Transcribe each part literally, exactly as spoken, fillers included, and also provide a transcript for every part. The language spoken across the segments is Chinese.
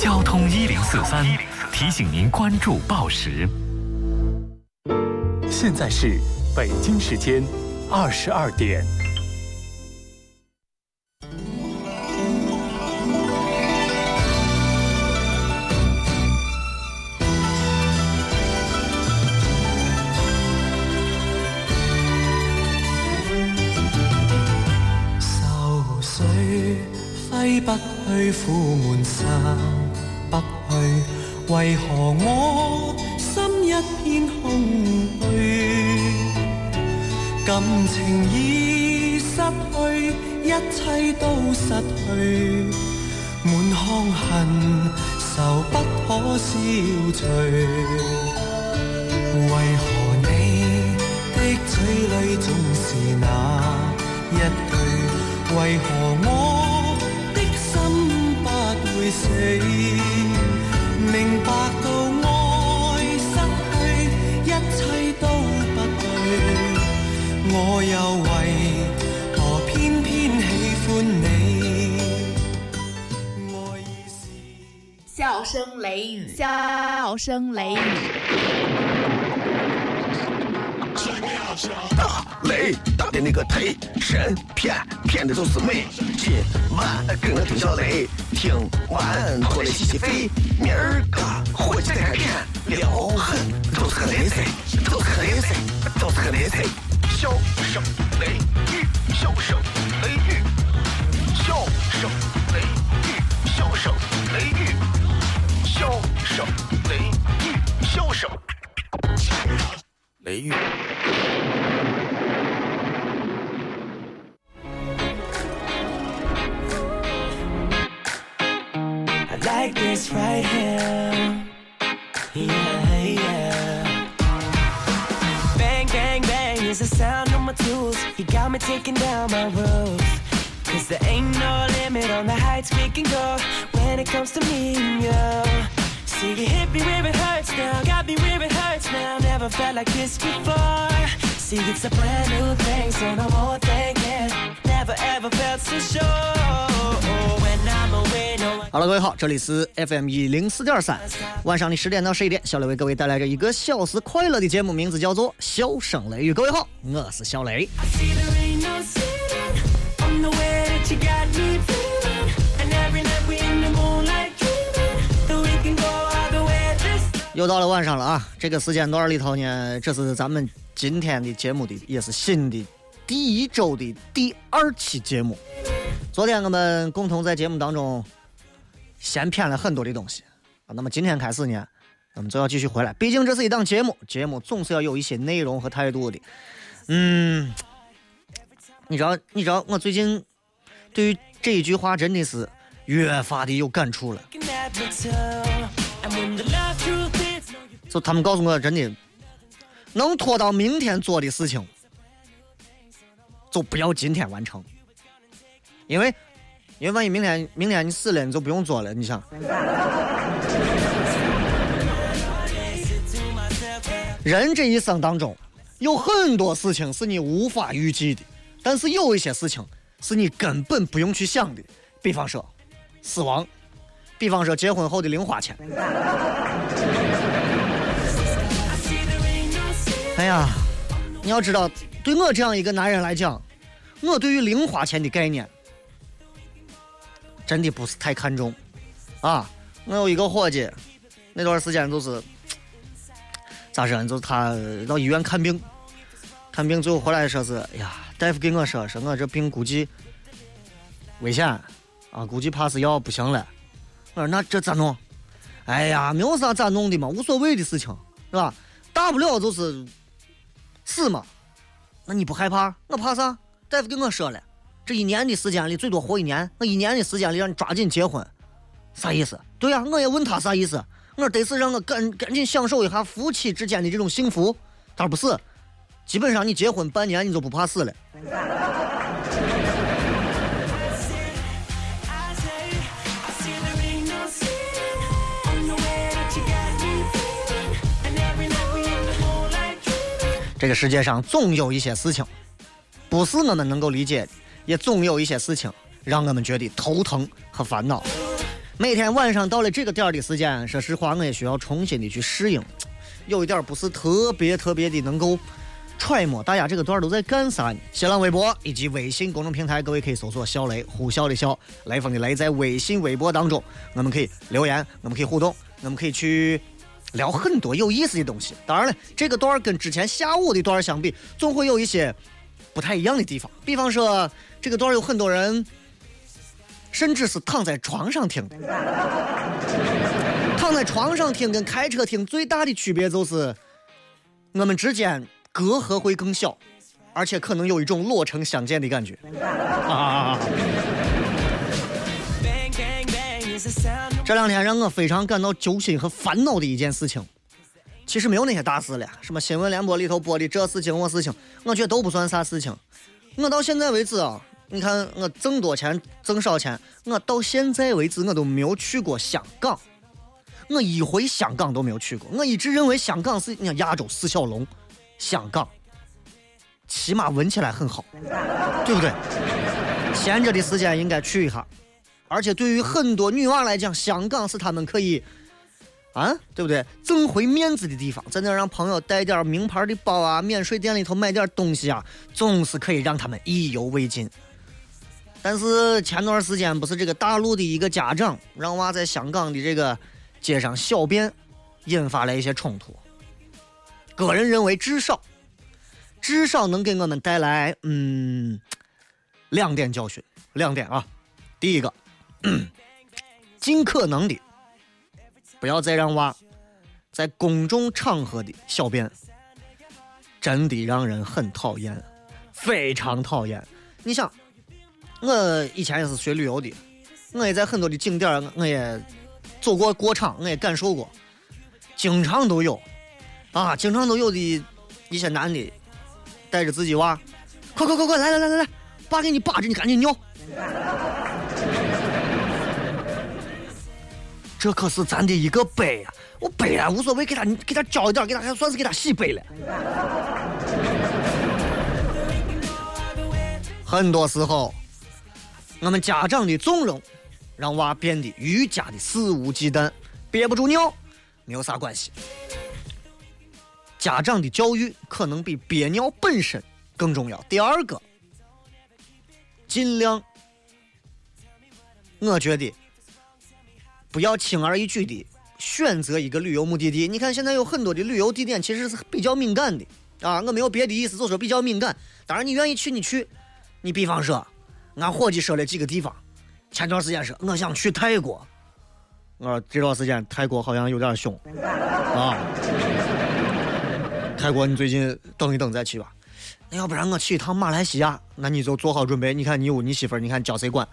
交通一零四三提醒您关注报时。现在是北京时间二十二点。 揮不去，苦悶散不去，為何我心一片空虛？感情已失去，一切都失去，滿腔恨愁不可消除。為何你的嘴裏總是那一句？為何我會死，明白到愛失去，一切都不對，我又為何偏偏喜歡你？愛已是笑聲雷雨，笑聲雷雨。 大雷大的那个忒神骗骗的都是美，今晚跟我听小雷，听完过来洗洗肺，明儿个伙计再开片，撩狠都是个雷菜，都是个雷菜，都是个雷菜。笑声雷雨，笑声雷雨，笑声雷雨，笑声雷雨，笑声雷雨，笑声雷雨。 Like this right here, yeah, yeah. Bang, bang, bang is the sound of my tools. You got me taking down my roof. Cause there ain't no limit on the heights we can go when it comes to me and you. See you hit me where it hurts now, got me where it hurts now. Never felt like this before. See it's a brand new thing, so no more thinking. Never ever felt so sure when I'm away, no. 好了，各位好，这里是 F M 一零四点三，晚上的十点到十一点，小雷为各位带来着一个小时快乐的节目，名字叫做《笑声雷雨》。各位好，我是小雷。又到了晚上了啊！这个时间段里头呢，这是咱们今天的节目的，也是新的第一周的第二期节目。昨天我们共同在节目当中先骗了很多的东西啊，那么今天开始呢，我们就要继续回来，毕竟这是一档节目，节目总是要有一些内容和态度的。嗯，你知道，你知道，我最近对于这一句话真的是越发的有感触了。就他们告诉我，真的能拖到明天做的事情，就不要今天完成，因为因为万一明天明天你死了，你就不用做了。你想，人这一生当中有很多事情是你无法预计的，但是有一些事情是你根本不用去想的，比方说死亡，比方说结婚后的零花钱。哎呀，你要知道，对我这样一个男人来讲，我对于零花钱的概念真的不是太看重啊。我有一个伙计，那段时间就是咋说，就是他到医院看病，看病最后回来说是，哎呀，大夫跟我说，说我这病估计危险啊，估计怕是要不行了。我说那这咋弄？哎呀，没有啥咋弄的嘛，无所谓的事情，是吧？大不了就是死嘛。那你不害怕？我怕啥？大夫跟我说了，这一年的时间里最多活一年，我一年的时间里让你抓紧结婚，啥意思？对呀、啊，我也问他啥意思。我说得是让我赶赶紧享受一下夫妻之间的这种幸福。他说不是，基本上你结婚半年你就不怕死了。这个世界上总有一些事情不是我们能够理解的，也总有一些事情让我们觉得头疼和烦恼。 每天晚上到了这个点儿的时间，说实话我也需要重新的去适应，有一点不是特别特别的能够揣摩大家这个段都在干啥呢？新浪微博以及微信公众平台，各位可以搜索小雷，呼啸的啸，雷锋的雷，在微信微博当中，我们可以留言，我们可以互动，我们可以去聊很多有意思的东西。当然了，这个段跟之前下午的段相比，总会有一些不太一样的地方。比方说，这个段有很多人甚至是躺在床上听的。躺在床上听跟开车听最大的区别就是，我们之间隔阂会更小，而且可能有一种落成相见的感觉。啊！这两天让我非常感到揪心和烦恼的一件事情，其实没有那些大事了，什么新闻联播里头播的这事情我事情，我觉得都不算啥事情。我到现在为止啊，你看我挣多钱挣少钱，我到现在为止我都没有去过香港，我一回香港都没有去过。我一直认为香港是你看亚洲四小龙，香港起码闻起来很好，对不对？闲着的时间应该去一下。而且对于很多女娃来讲，香港是她们可以啊，对不对？挣回面子的地方，在那让朋友带点名牌的包啊，免税店里头买点东西啊，总是可以让他们意犹未尽。但是前段时间不是这个大陆的一个家长让娃在香港的这个街上小便，引发了一些冲突。个人认为至少至少能给我们带来嗯两点教训，两点啊。第一个，尽可能的不要再让娃在公众场合的小便，真的让人很讨厌，非常讨厌。你想，我以前也是学旅游的，我也在很多的景点我也走过过场，我也感受过，经常都有啊，经常都有的一些男的带着自己娃，快快快快来来来来来，爸给你把着，你赶紧尿。这可是咱的一个杯啊！我杯啊无所谓，给他给他浇一点，给他还算是给他洗杯了。很多时候，我们家长的纵容，让娃变得愈加的肆无忌惮，憋不住尿没有啥关系。家长的教育可能比憋尿本身更重要。第二个，尽量，我觉得。不要轻而易举的选择一个旅游目的地。你看现在有很多的旅游地点其实是比较敏感的啊，我没有别的意思，就说比较敏感。当然你愿意去你去，你比方说俺伙计说了几个地方，前段时间是我想去泰国，我这段时间泰国好像有点凶啊，泰国你最近等一等再去吧。那要不然我去一趟马来西亚，那你就做好准备，你看你有你媳妇儿，你看交谁管。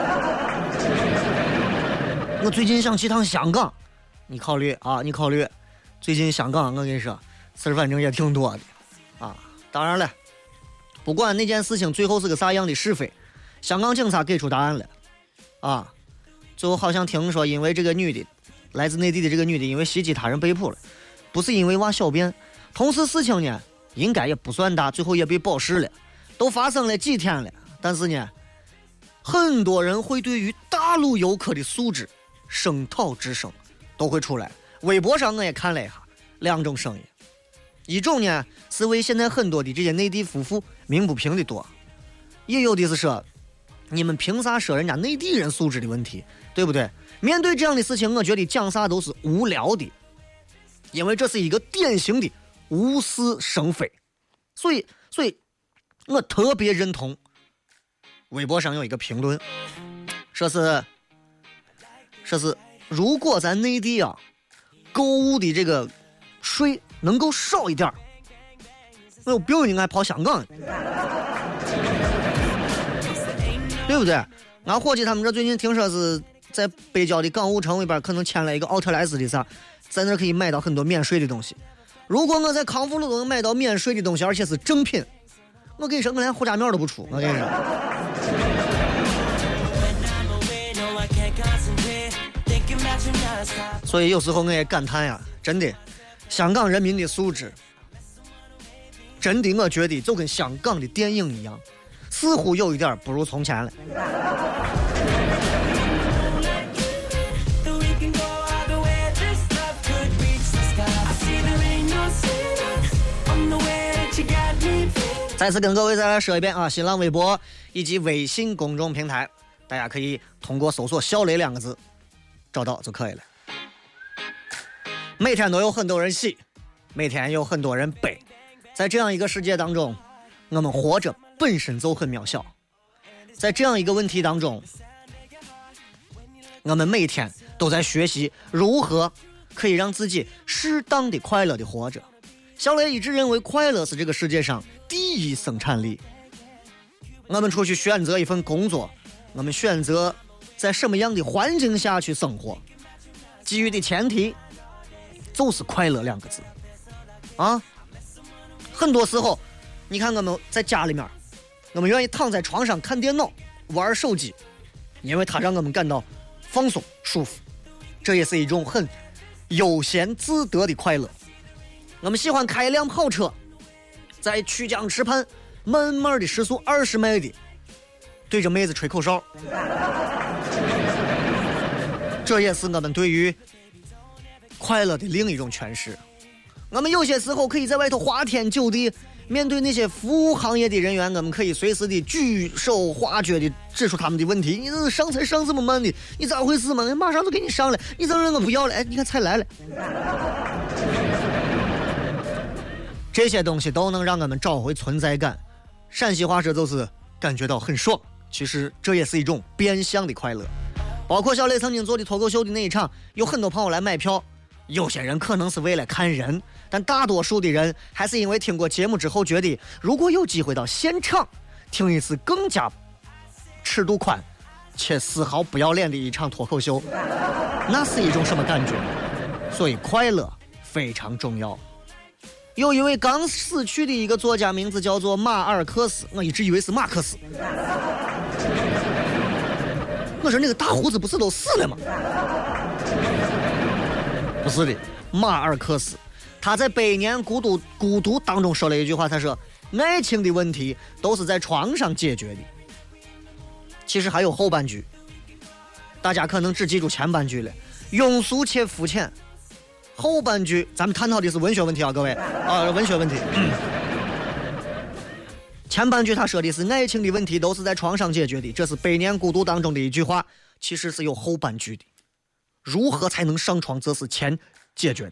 我最近想去趟香港，你考虑啊，你考虑。最近香港我跟你说事儿反正也挺多的啊。当然了，不管那件事情最后是个啥样的是非，香港警察给出答案了啊。最后好像听说因为这个女的来自内地的这个女的因为袭击他人被捕了，不是因为娃小便。同时事情呢应该也不算大，最后也被保释了，都发生了几天了。但是呢很多人会对于大陆游客的素质声讨之声都会出来。微博上我也看了一下两种声音，一种呢是为现在很多的这些内地夫妇鸣不平的多，也有的是说你们凭啥说人家内地人素质的问题，对不对？面对这样的事情，我觉得讲啥都是无聊的，因为这是一个典型的无事生非。所以所以我特别认同微博上有一个评论，说是说是如果咱内地啊购物的这个税能够少一点，那有病应该跑香港，对不对？俺伙计他们这最近听说是在北郊的港务城里边可能签了一个奥特莱斯的啥，在那可以买到很多免税的东西。如果我在康复路都能买到免税的东西，而且是正品，我跟你说我连护家庙都不出，我跟你说。所以有时候我也感叹呀，真的香港人民的素质真的我觉得就跟香港的电影一样，似乎有一点不如从前了。 再次跟各位再来说一遍啊，新浪微博以及微信公众平台，大家可以通过搜索小雷两个字找到就可以了。每天都有很多人喜，每天有很多人悲，在这样一个世界当中，我们活着本身就很渺小。在这样一个问题当中，我们每天都在学习如何可以让自己适当的快乐的活着。小雷一直认为快乐是这个世界上第一生产力。我们出去选择一份工作，我们选择在什么样的环境下去生活，基于的前提就是快乐两个字啊。很多时候你看我们在家里面，我们愿意躺在床上看电脑玩手机，因为它让我们感到放松舒服，这也是一种很悠闲自得的快乐。我们喜欢开一辆跑车，在曲江池畔慢慢的时速二十迈的对着妹子吹口哨，这也是我们对于快乐的另一种诠释。我们有些时候可以在外头花天酒地，面对那些服务行业的人员，我们可以随时的举手画脚的指出他们的问题。你这上菜上这么慢的，你咋回事嘛？马上就给你上来，你这人我不要了。哎，你看菜来了。这些东西都能让我们找回存在感。陕西话说就是感觉到很爽，其实这也是一种变相的快乐。包括小雷曾经做的脱口秀的那一场，有很多朋友来买票，有些人可能是为了看人，但大多数的人还是因为听过节目之后觉得，如果有机会到现场听一次更加尺度宽且丝毫不要脸的一场脱口秀，那是一种什么感觉？所以快乐非常重要。有一位刚死去的一个作家，名字叫做马尔克斯，我一直以为是马克思。我说那个大胡子不是都死了吗？不是的，马尔克斯他在《百年孤独孤独》当中说了一句话，他说爱情的问题都是在床上解决的。其实还有后半句，大家可能只记住前半句了，庸俗且肤浅。后半句咱们探讨的是文学问题啊，各位啊，文学问题。嗯、前半句他说的是爱情的问题都是在床上解决的，这是《百年孤独》当中的一句话，其实是有后半句的。如何才能上床，这是前解决的。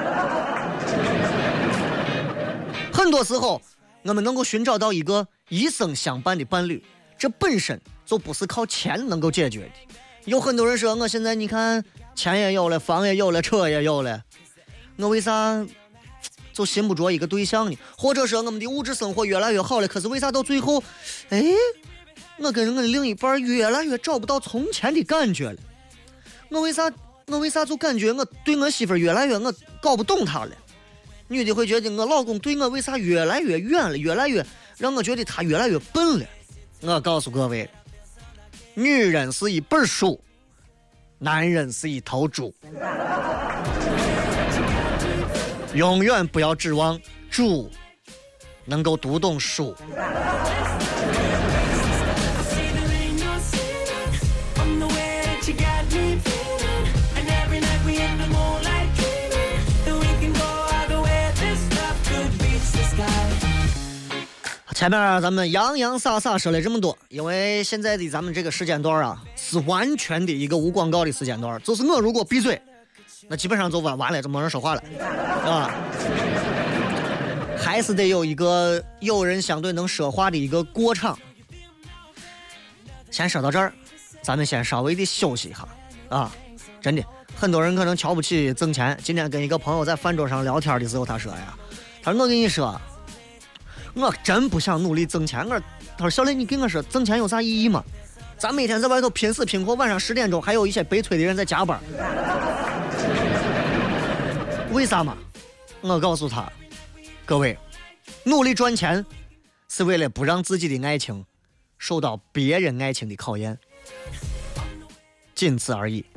很多时候，我们能够寻找到一个一生相伴的伴侣，这本身就不是靠钱能够解决的。有很多人说，我现在你看钱也有了，房也有了，车也有了，我为啥就寻不着一个对象呢？或者说我们的物质生活越来越好了，可是为啥到最后，哎，我跟我的另一半越来越找不到从前的感觉了？我为啥我为啥就感觉我对我媳妇越来越我搞不懂她了？女的会觉得我老公对我为啥越来越远了，越来越让我觉得他越来越笨了。我告诉各位，女人是一本书，男人是一头猪。永远不要指望猪能够读懂书。前面咱们洋洋洒洒说了这么多，因为现在的咱们这个时间段啊，是完全的一个无广告的时间段，就是我如果闭嘴，那基本上就完完了，就没人说话了啊。还是得有一个有人相对能说话的一个过场。先说到这儿，咱们先稍微的休息一下啊！真的，很多人可能瞧不起挣钱。今天跟一个朋友在饭桌上聊天的时候，他说呀，他说我跟你说，我真不想努力挣钱。我他说小雷，你跟我说挣钱有啥意义吗？咱每天在外头拼死拼活，晚上十点钟还有一些悲催的人在加班。为啥嘛？我告诉他，各位，努力赚钱是为了不让自己的爱情受到别人爱情的考验，仅此而已。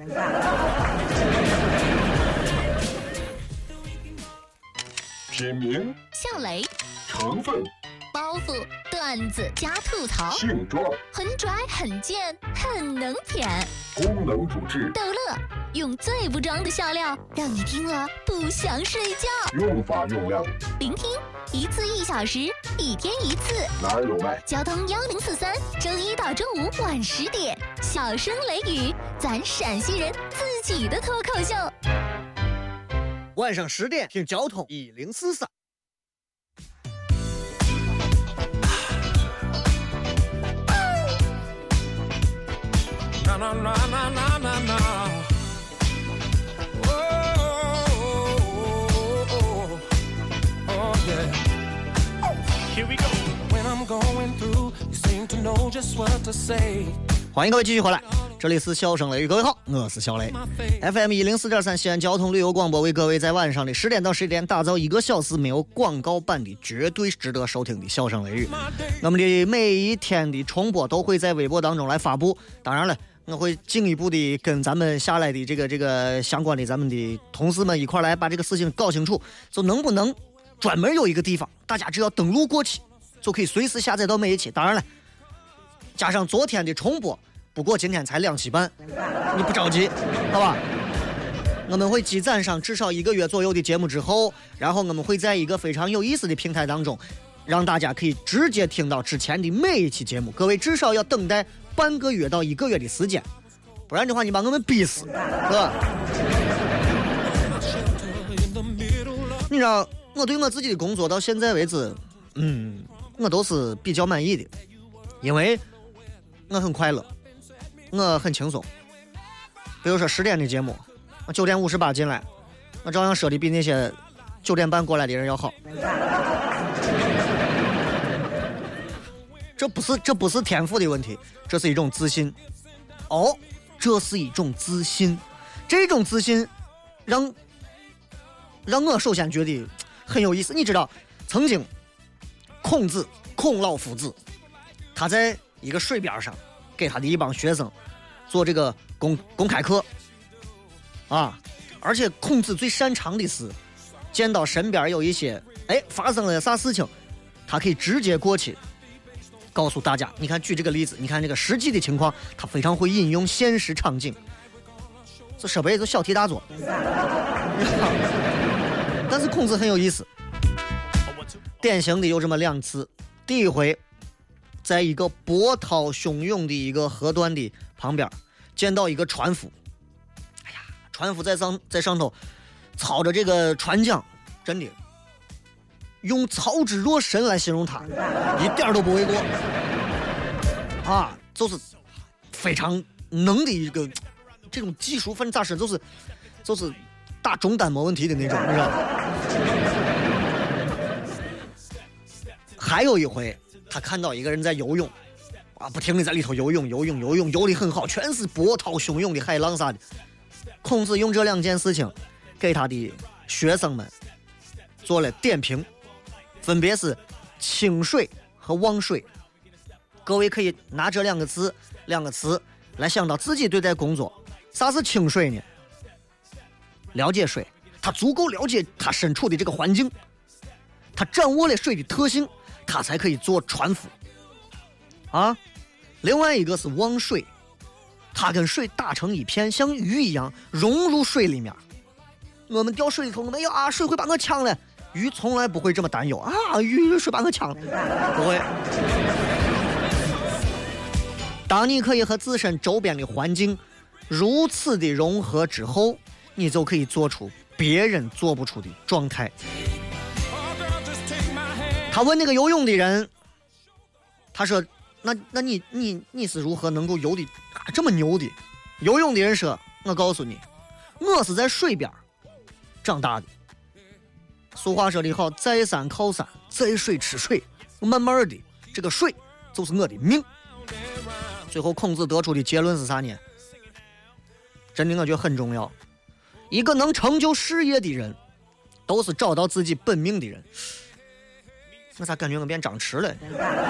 品名： 像雷。 成分： 包袱、段子加吐槽。 性状： 很拽、很贱、很能舔。 功能主治： 逗乐，用最不装的笑料，让你听了不想睡觉。 用法用量： 聆听一次一小时，一天一次。 哪儿有卖？ 交通幺零四三，周一到周五晚十点，小声雷雨，咱陕西人自己的脱口秀。 晚上十点听交通一零四三。 Na, na, na, na, na, na. Oh, oh, oh, oh, yeah. Here we go. When I'm going through, you seem to know just what to say. 欢迎各位继续回来，这里是笑声雷雨，各位好，我是小雷 ，F M 一零四点三西安交通旅游广播，为各位在晚上的十点到十一点打造一个小时没有广告版的绝对值得收听的笑声雷雨。那么的每一天的重播都会在微博当中来发布，当然了。我会进一步的跟咱们下来的这个这个相关的咱们的同事们一块来把这个事情搞清楚，就能不能专门有一个地方，大家只要登录过去就可以随时下载到每一期。当然了，加上昨天的重播，不过今天才两期半，你不着急，好吧？我们会积攒上至少一个月左右的节目之后，然后我们会在一个非常有意思的平台当中，让大家可以直接听到之前的每一期节目。各位至少要等待半个月到一个月的时间，不然的话你把我们逼死，是吧？你知道我对我自己的工作到现在为止，嗯，我都是比较满意的，因为我很快乐，我很轻松。比如说十点的节目，我九点五十八进来，我照样说的比那些九点半过来的人要好。这不是这不是天赋的问题，这是一种自信。哦，这是一种自信，这种自信让让我首先觉得很有意思。你知道，曾经孔子孔老夫子，他在一个水边上给他的一帮学生做这个公公开课啊，而且孔子最擅长的是见到身边有一些哎发生了啥事情，他可以直接过去告诉大家，你看举这个例子，你看这个实际的情况，他非常会引用现实场景，这设备都小题大做。但是孔子很有意思，典型的有这么两次。第一回，在一个波涛汹涌的一个河段的旁边，见到一个船夫，哎呀，船夫在上在上头操着这个船桨，真的。用操之若神来形容他，一点都不为过啊！就是非常能的一个这种技术分咋说，就是就是打中单没问题的那种，你知道吗？还有一回，他看到一个人在游泳啊，不停的在里头游泳，游泳，游泳，游得很好，全是波涛汹涌的海浪啥的。孔子用这两件事情给他的学生们做了点评。分别是清水和忘水，各位可以拿这两个词两个词来想到自己对待工作。啥是清水呢？了解水，他足够了解他身处的这个环境，他掌握了水的特性，他才可以做船夫啊。另外一个是忘水，他跟水打成一片，像鱼一样融入水里面。我们掉水里头，我们呀，水会把我呛了。鱼从来不会这么担忧啊！鱼水把我抢了，不会。当你可以和自身周边的环境如此的融合之后，你就可以做出别人做不出的状态。他问那个游泳的人，他说：“那那你你你是如何能够游的、啊、这么牛的？”游泳的人说：“我告诉你，我是在水边长大的。”俗话说得好，在山靠山，在水吃水，慢慢的，这个水就是我的命。最后孔子得出的结论是啥呢？真的我觉得很重要。一个能成就事业的人，都是找到自己本命的人。我咋感觉我变张弛了？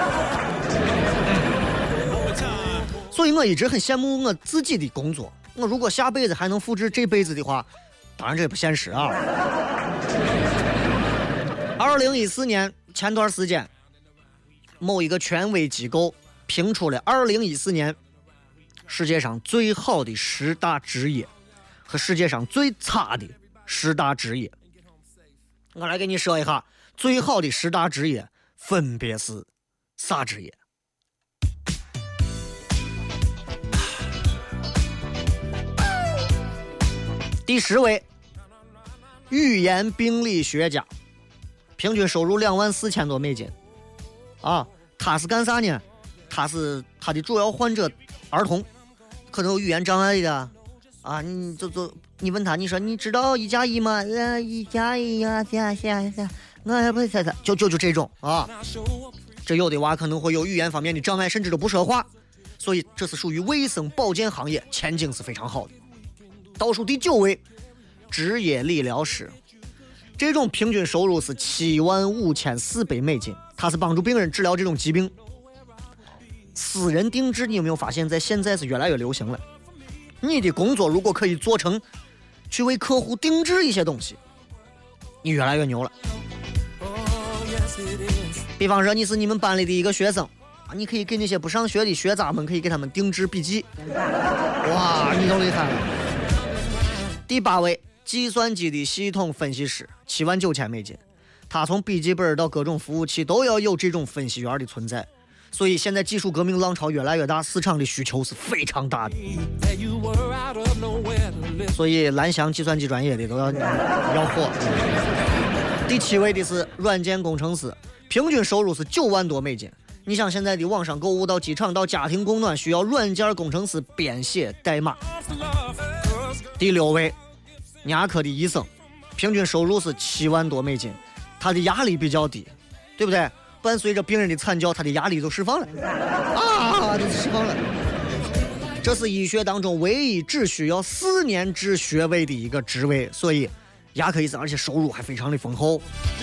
所以我一直很羡慕我自己的工作。我如果下辈子还能复制这辈子的话，当然这也不现实啊。二零一四年前段时间，某一个权威机构评出了二零一四年世界上最好的十大职业和世界上最差的十大职业。我来给你说一下最好的十大职业分别是啥职业？第十位，语言病理学家，平均收入两万四千多美金。啊，他是干啥呢？他是他的主要患者儿童，可能有语言障碍的。啊，你就就你问他，你说你知道一加一吗？呃，一加一呀，下下下，我也不猜猜，就就就这种啊。这有的娃可能会有语言方面的障碍，甚至都不说话，所以这是属于卫生保健行业，前景是非常好的。倒数第九位，职业理疗师，这种平均收入是七万五千四百美金，他是帮助病人治疗这种疾病。私人定制，你有没有发现，在现在是越来越流行了？你的工作如果可以做成，去为客户定制一些东西，你越来越牛了。比方说，你是你们班里的一个学生啊，你可以给那些不上学的学渣们，可以给他们定制笔记，哇，你都厉害了。第八位，计算机的系统分析师，七万九千美金。他从笔记本到各种服务器都要有这种分析员的存在，所以现在技术革命浪潮越来越大，市场的需求是非常大的。所以蓝翔计算机专业的都要要货。第七位的是软件工程师，平均收入是九万多美金。你想现在的网上购物到机场到家庭供暖需要软件工程师编写代码。第六位，牙科的医生，平均收入是七万多美金，他的压力比较低，对不对？伴随着病人的惨叫，他的压力都释放了啊，都释放了。这是医学当中唯一只需要四年制学位的一个职位，所以牙科医生，而且收入还非常的丰厚。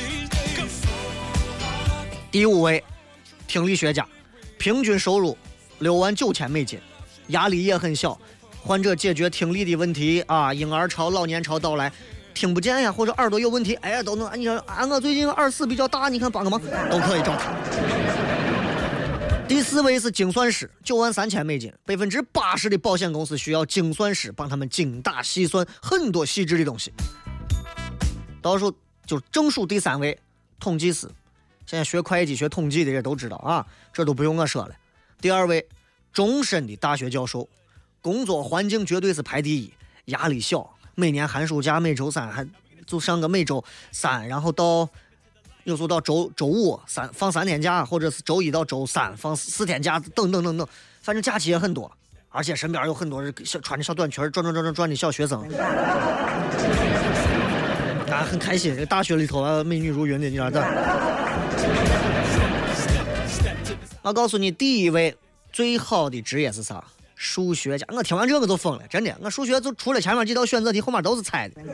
第五位，听力学家，平均收入六万九千美金，压力也很小。患者解决听力的问题啊，婴儿潮、老年潮到来，听不见呀，或者耳朵有问题，哎呀，都能。你说啊，我最近耳屎比较大，你看帮个忙，都可以找他。第四位是精算师，九万三千美金，百分之八十的保险公司需要精算师帮他们精打细算很多细致的东西。倒数就正数第三位，统计师，现在学会计、学统计的人都知道啊，这都不用我说了。第二位，终身的大学教授。工作环境绝对是排第一，压力小，每年寒暑假每周三还就上个每周三，然后到有时候到周周五三放三天假，或者是周一到周三放四天假，等等等等，反正假期也很多，而且身边有很多人小穿着小短裙转转转转转的小学生，大家很开心。大学里头啊，美女如云的，你知道的。我告诉你，第一位最好的职业是啥？数学家。我听完这个都疯了，真的，我数学就除了前面几道选择题，后面都是猜的。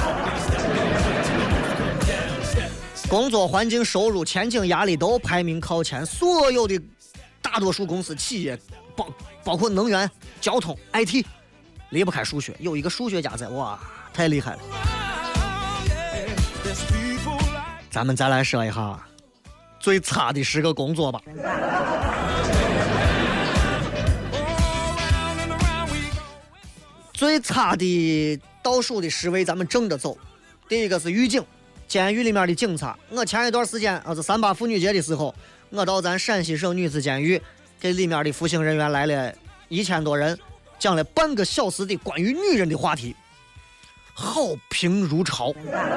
工作环境、收入、前景、压力都排名靠前，所有的大多数公司、企业，包包括能源、交通、I T， 离不开数学。有一个数学家在，哇，太厉害了。咱们再来说一下最差的十个工作吧。最差的倒数的十位，咱们正着走。第一个是狱警，监狱里面的警察。我前一段时间啊，是三八妇女节的时候，我到咱陕西省女子监狱，给里面的服刑人员来了一千多人，讲了半个小时的关于女人的话题，好评如潮。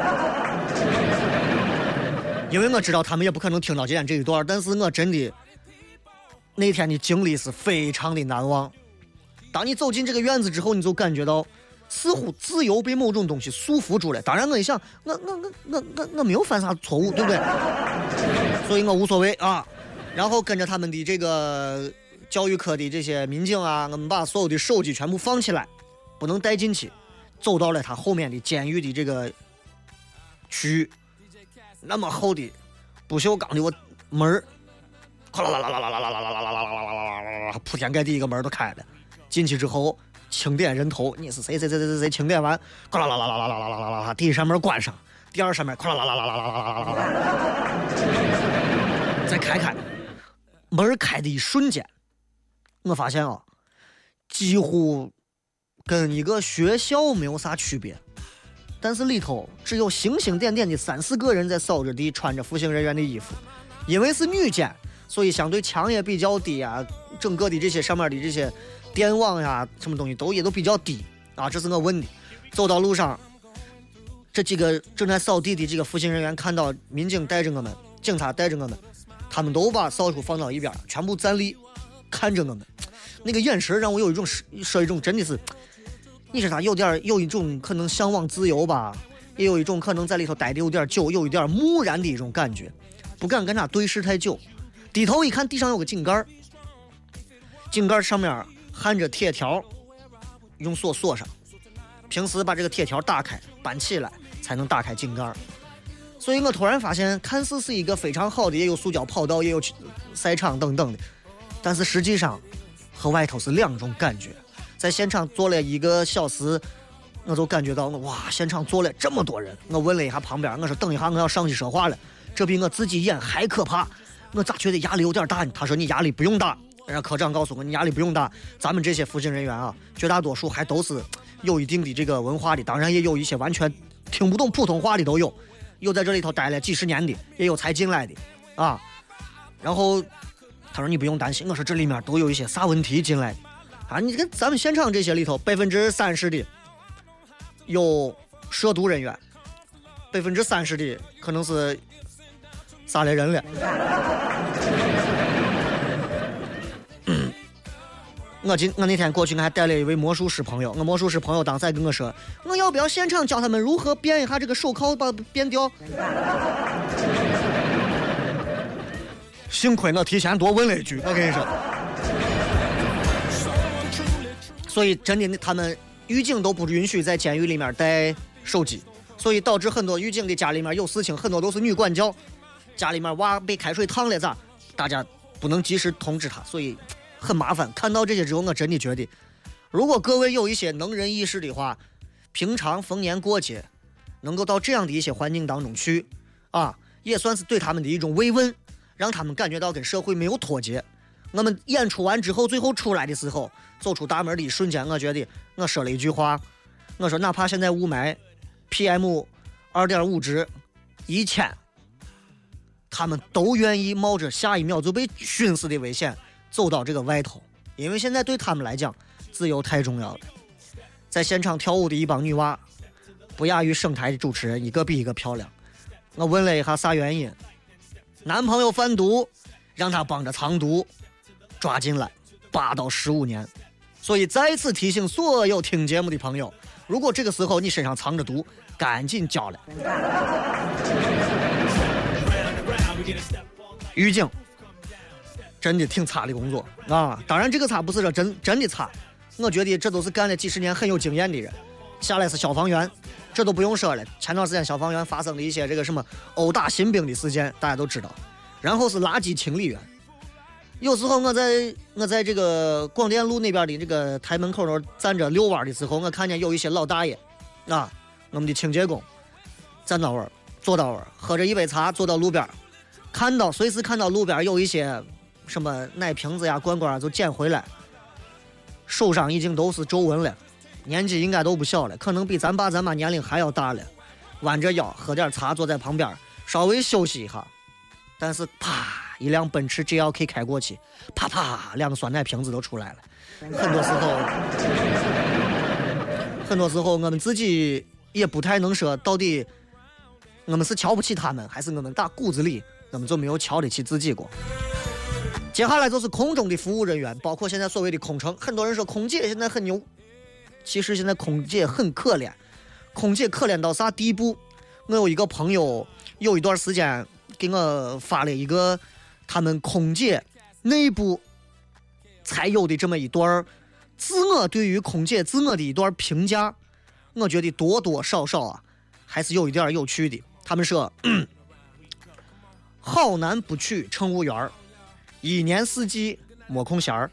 因为我知道他们也不可能听到今天这一段，但是我真的那天的经历是非常的难忘。当你走进这个院子之后，你就感觉到似乎自由被某种东西束缚住了。当然我一想，我我我我我我没有犯啥错误，对不对？所以我无所谓啊。然后跟着他们的这个教育科的这些民警啊，我们把所有的手机全部放起来，不能带进去，走到了他后面的监狱的这个区域，那么厚的不锈钢的我门，哗啦啦啦啦啦啦啦啦啦啦啦啦啦，铺天盖地一个门都开了。进去之后清点人头，你是谁谁谁谁谁清点完，哗啦啦啦啦啦啦啦啦啦啦，第一扇门关上，第二扇门哗啦啦啦啦啦啦啦啦啦，再开开，门开的一瞬间，我发现啊，几乎跟一个学校没有啥区别， 但是里头只有星星点点的三四个人在扫着地，穿着服刑人员的衣服。因为是女监，所以相对墙也比较低啊，整个的这些上面的这些电网呀什么东西都也都比较低啊，这是我问的。走到路上，这几个正在扫地的这个服刑人员看到民警带着我们，警察带着我们，他们都把扫帚放到一边，全部站立看着我们，那个眼神让我有一种说一种真的是，你说他有点有一种可能向往自由吧，也有一种可能在里头待的有点久，有一点木然的一种感觉，不敢跟他对视太久。低头一看，地上有个井盖，井盖上面焊着铁条，用锁锁上。平时把这个铁条打开搬起来才能打开井盖。所以我突然发现，看似是一个非常好的，也有塑胶跑道，也有赛场等等的，但是实际上和外头是两种感觉。在现场坐了一个小时，我就感觉到哇，现场坐了这么多人。我问了一下旁边，我说等一下我要上去说话了，这比我自己演还可怕。我咋觉得压力有点大呢？他说你压力不用大，人家科长告诉我你压力不用大。咱们这些服刑人员啊，绝大多数还都是有一定的这个文化的，当然也有一些完全听不懂普通话的都有，有在这里头待了几十年的，也有才进来的啊。然后他说你不用担心，我说这里面都有一些啥问题进来的啊？你看咱们现场这些里头，百分之三十的有涉毒人员，百分之三十的可能是杀了人了。我今我那天过去，我还带了一位魔术师朋友。我魔术师朋友当时还跟我说，我要不要现场教他们如何变一下这个手铐，把变掉？幸亏我提前多问了一句，我跟你说。所以真的，他们狱警都不允许在监狱里面带手机，所以导致很多狱警的家里面有事情，很多都是女管教，家里面娃被开水烫了咋，大家不能及时通知他，所以很麻烦。看到这些之后，我真的觉得，如果各位有一些能人异士的话，平常逢年过节能够到这样的一些环境当中去啊，也算是对他们的一种慰问，让他们感觉到跟社会没有脱节。我们演出完之后，最后出来的时候，走出大门的一瞬间，我觉得我说了一句话，我说哪怕现在雾霾 P M 二点五 值一千，他们都愿意冒着下一秒就被熏死的危险走到这个外头，因为现在对他们来讲自由太重要了。在现场跳舞的一帮女娃不亚于省台的主持人，一个比一个漂亮。我问了一下啥原因，男朋友贩毒让他帮着藏毒，抓进来八到十五年。所以再次提醒所有听节目的朋友，如果这个时候你身上藏着毒，赶紧交了。狱警真的挺差的工作啊！当然这个差不是说真真的差，我觉得这都是干了几十年很有经验的人。下来是消防员，这都不用说了。前段时间消防员发生了一些这个什么殴打新兵的事件，大家都知道。然后是垃圾清理员，有时候我在我在这个广电路那边的这个台门口那站着遛弯的时候，我看见有一些老大爷啊，我们的清洁工站到那儿坐到那儿喝着一杯茶，坐到路边，看到随时看到路边有一些什么奶瓶子呀罐罐啊就捡回来，手上已经都是皱纹了，年纪应该都不小了，可能比咱爸咱妈年龄还要大了，弯着腰喝点茶，坐在旁边稍微休息一下，但是啪一辆奔驰 G L K 开过去，啪啪两个酸奶瓶子都出来了。很多时候很多时候我们自己也不太能说到底我们是瞧不起他们，还是我们打骨子里我们就没有瞧得起自己过。接下来就是空中的服务人员，包括现在所谓的空乘。很多人说空姐现在很牛，其实现在空姐很可怜。空姐可怜到啥地步？我有一个朋友有一段时间给我发了一个他们空姐内部才有的这么一段自我对于空姐自我的一段评价，我觉得多多少少啊还是有一点有趣的。他们说好男不娶乘务员，一年四季摸空弦儿，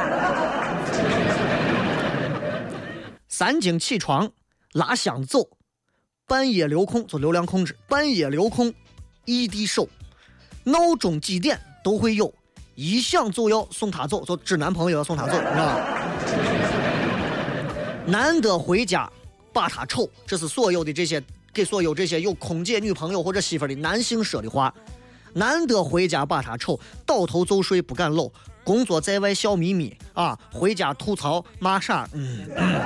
三更起床拉箱走，半夜留空做流量控制，半夜留空异地收，闹钟几点都会有，一响就要送他走，就指男朋友要送他走，你知道吗？难得回家把他丑，这是所有的这些给所有这些有空姐女朋友或者媳妇的男性说的话。难得回家把他丑，倒头就睡不敢搂，工作在外笑眯眯啊，回家吐槽骂傻，嗯。嗯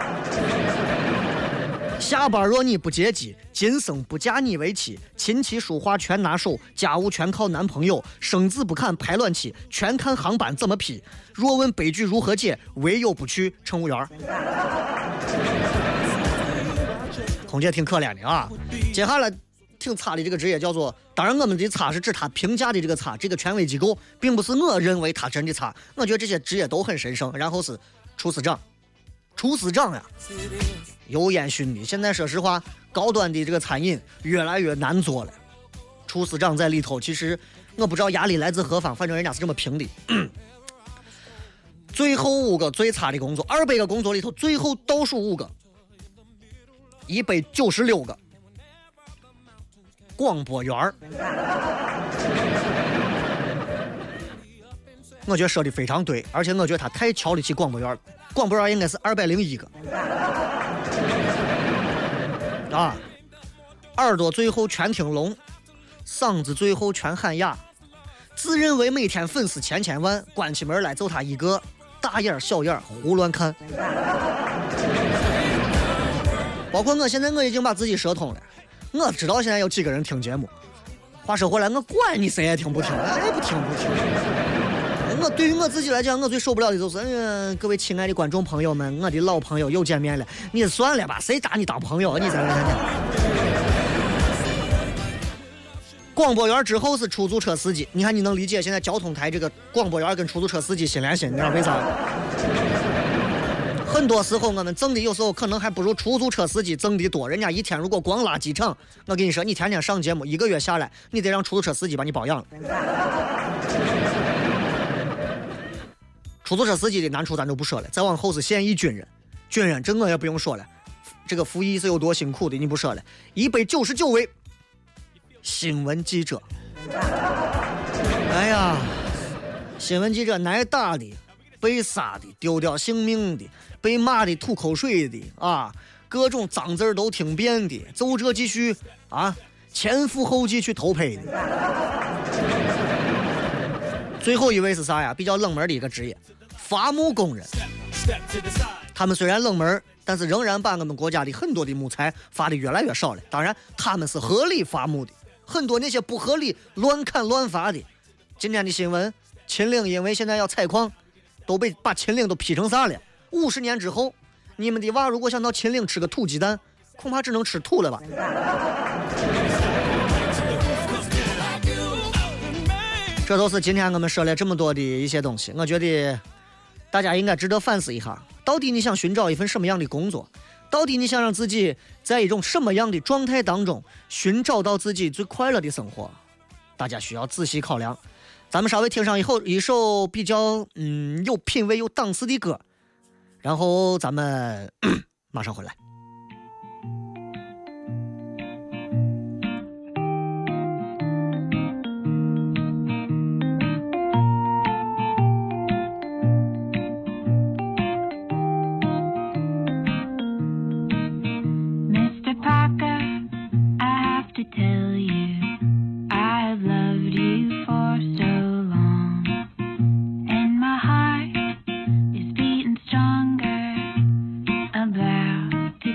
下班若你不接机，今生不嫁你为妻，琴棋书画全拿手，家务全靠男朋友，生字不看排卵期，全看航班怎么批。若问悲剧如何解，唯有不去乘务员。空姐挺可怜的啊。接下来挺差的这个职业叫做，当然我们的差是指他评价的这个差，这个权威机构，并不是我认为他真的差。我觉得这些职业都很神圣。然后是厨师长，厨师长呀，油烟熏的。现在说实话，高端的这个餐饮越来越难做了。厨师长在里头，其实我不知道压力来自何方，反正人家是这么评的。最后五个最差的工作，二百个工作里头，最后倒数五个，一百九十六个。广播员儿，我觉得说的非常对，而且我觉得他太瞧得起广播员。广播员应该是二百零一个啊，耳朵最后全听聋，嗓子最后全喊哑，自认为每天粉丝千千万，关起门来就他一个，大眼小眼胡乱看。包括我现在我已经把自己说通了。我知道现在有几个人听节目，话说回来，我管你谁也听不听，哎，不听不听。我对于我自己来讲，我最受不了的就是，哎呀，各位亲爱的观众朋友们，我的老朋友又见面了，你算了吧，谁打你当朋友？你在这讲。广播员之后是出租车司机，你看你能理解现在交通台这个广播员跟出租车司机心连心，你知道为啥？很多时候我们挣的有时候可能还不如出租车司机挣的多，人家一天如果光拉机场，我跟你说，你天天上节目，一个月下来，你得让出租车司机把你包养了。出租车司机的难处咱就不说了，再往后是现役军人，军人这我也不用说了，这个服役是有多辛苦的，你不说了。一百九十九位新闻记者，哎呀，新闻记者挨打的，被杀的，丢掉性命的，被骂的吐口水的啊，各种脏字都听遍的，就这继续啊，前赴后继去偷拍的。最后一位是啥呀？比较冷门的一个职业，伐木工人。他们虽然冷门，但是仍然把我们国家的很多的木材伐的越来越少了。当然，他们是合理伐木的，很多那些不合理乱砍乱伐的。今天的新闻，秦岭因为现在要采矿，都被把秦岭都劈成啥了？五十年之后，你们的娃如果想到秦岭吃个土鸡蛋，恐怕只能吃土了吧。这都是今天我们说了这么多的一些东西，我觉得大家应该值得反思一下，到底你想寻找一份什么样的工作，到底你想让自己在一种什么样的状态当中寻找到自己最快乐的生活，大家需要仔细考量。咱们稍微听上以后一首比较嗯有品味有档次的歌，然后咱们马上回来。 To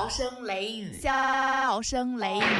笑声雷雨，笑声雷雨。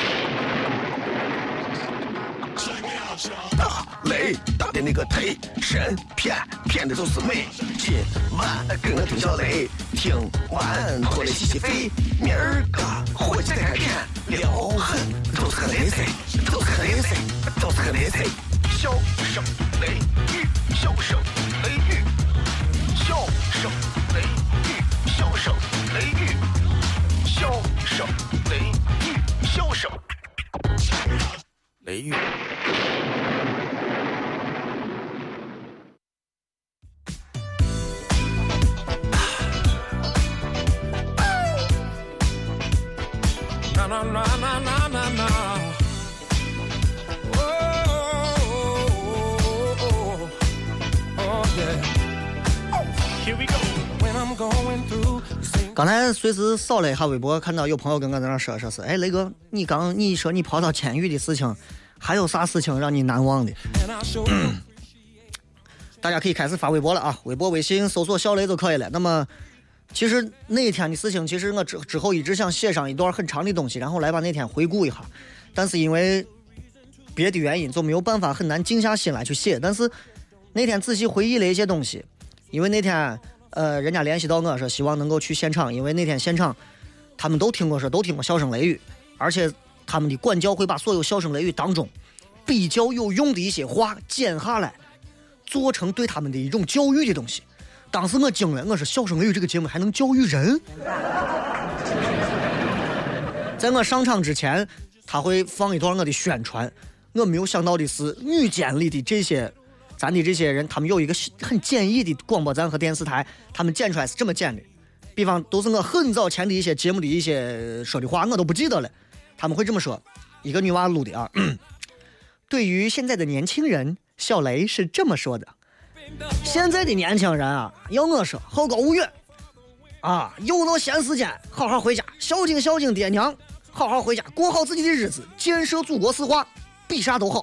大雷大的那个忒神骗骗的都是美。今晚跟我听小雷，听完脱了洗洗肺，明儿个回去再看片，撩狠都是个雷贼，都是个雷贼，都是个雷贼。笑声雷雨，笑声雷雨，笑声雷雨，笑声雷雨，笑声雷雨，笑声雷雨。 No, no, no, no, no, no. Oh, oh, oh, oh, yeah. Here we go. When I'm going through. 刚才随时扫了一下微博，看到有朋友跟我在那说说是，哎，雷哥，你刚你说你跑到监狱的事情，还有啥事情让你难忘的？嗯、大家可以开始发微博了啊，微博、微信搜索小雷就可以了。那么。其实那一天的事情，其实我之之后一直想写上一段很长的东西，然后来把那天回顾一下，但是因为别的原因，就没有办法很难静下心来去写。但是那天仔细回忆了一些东西，因为那天呃，人家联系到我说希望能够去现场，因为那天现场他们都听过说都听过笑声雷雨，而且他们的管教会把所有笑声雷雨当中比较有用的一些话剪下来，做成对他们的一种教育的东西。当时我惊了，我说笑声雷雨这个节目还能教育人。在我上场之前他会放一段我的宣传，我没有想到的是女监里的这些咱的这些人，他们有一个很简易的广播站和电视台，他们剪出来是这么剪的，比方都是我很早前的一些节目的一些说的话我都不记得了，他们会这么说，一个女娃录的啊，对于现在的年轻人，小雷是这么说的，现在的年轻人啊，要我说好高骛远啊，有那闲时间好好回家孝敬孝敬爹娘，好好回家过好自己的日子，建设祖国四化，比啥都好。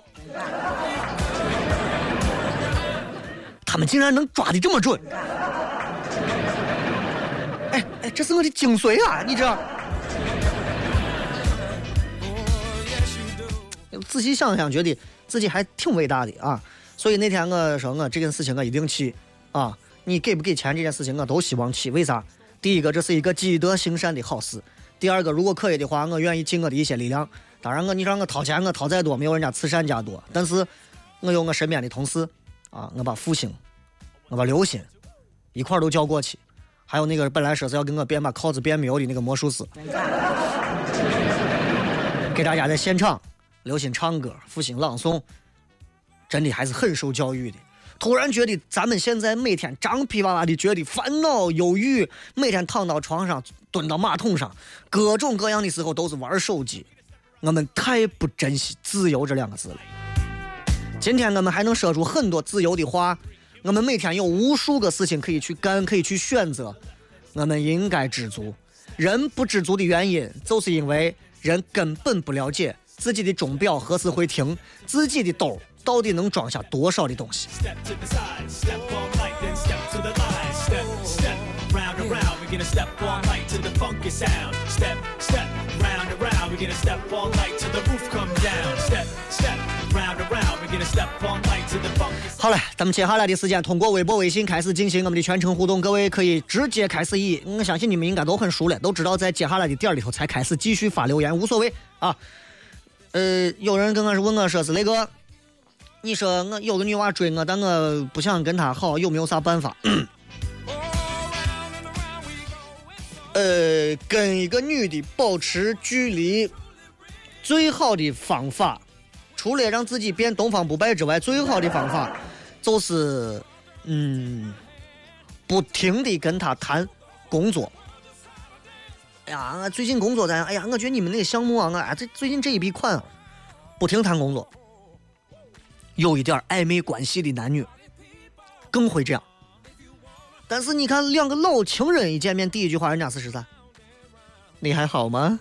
他们竟然能抓得这么准，哎哎，这是我的精髓啊，你知道。仔细想想觉得自己还挺伟大的啊，所以那天我说我这件事情我一定去啊，你给不给钱这件事情我都希望去。为啥？第一个，这是一个积德行善的好事；第二个，如果可以的话，我愿意尽我的一些力量。当然我你让我掏钱，我掏再多没有人家慈善家多，但是我有我身边的同事啊，我把复兴我把刘鑫一块都叫过去，还有那个本来说是要跟我变把铐子变没有的那个魔术师，给大家在现场刘鑫唱歌，复兴朗诵，真的还是很受教育的。突然觉得咱们现在每天张皮娃娃的觉得烦恼忧郁，每天躺到床上蹲到马桶上，各种各样的时候都是玩手机，我们太不珍惜自由这两个字了。今天我们还能说出很多自由的话，我们每天有无数个事情可以去干，可以去选择，我们应该知足。人不知足的原因，就是因为人根本不了解自己的钟表何时会停，自己的兜到底能装下多少的东西。好了，咱们接下来的时间通过微博微信开始进行我们的全程互动，各位可以直接开始以我相信你们应该都很熟了，都知道在接下来的点里头才开始继续发留言，无所谓啊。呃，有人刚刚是问我说是雷哥，你说我有个女娃追我，但我不想跟她好，有没有啥办法？呃，跟一个女的保持距离，最好的方法，除了让自己变东方不败之外，最好的方法就是，嗯，不停地跟她谈工作。哎呀，我最近工作咋样？哎呀，我觉得你们那个项目啊，我哎这最近这一笔款啊，不停谈工作。有一点暧昧关系的男女更会这样，但是你看两个老情人一见面第一句话人家是啥？你还好吗？